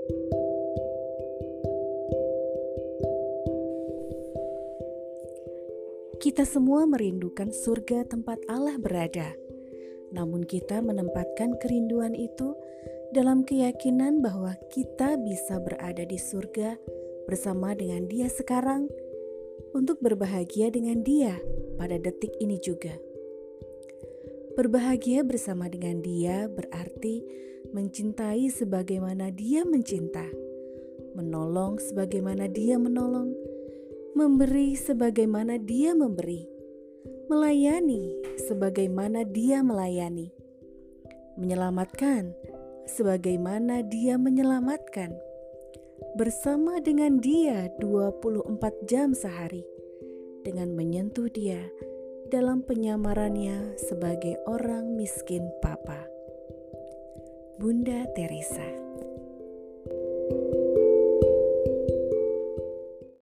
Kita semua merindukan surga tempat Allah berada. Namun kita menempatkan kerinduan itu dalam keyakinan bahwa kita bisa berada di surga bersama dengan Dia sekarang untuk berbahagia dengan Dia pada detik ini juga. Berbahagia bersama dengan Dia berarti mencintai sebagaimana Dia mencinta, menolong sebagaimana Dia menolong, memberi sebagaimana Dia memberi, melayani sebagaimana Dia melayani, menyelamatkan sebagaimana Dia menyelamatkan, bersama dengan Dia 24 jam sehari, dengan menyentuh Dia dalam penyamarannya sebagai orang miskin Papa. Bunda Teresa.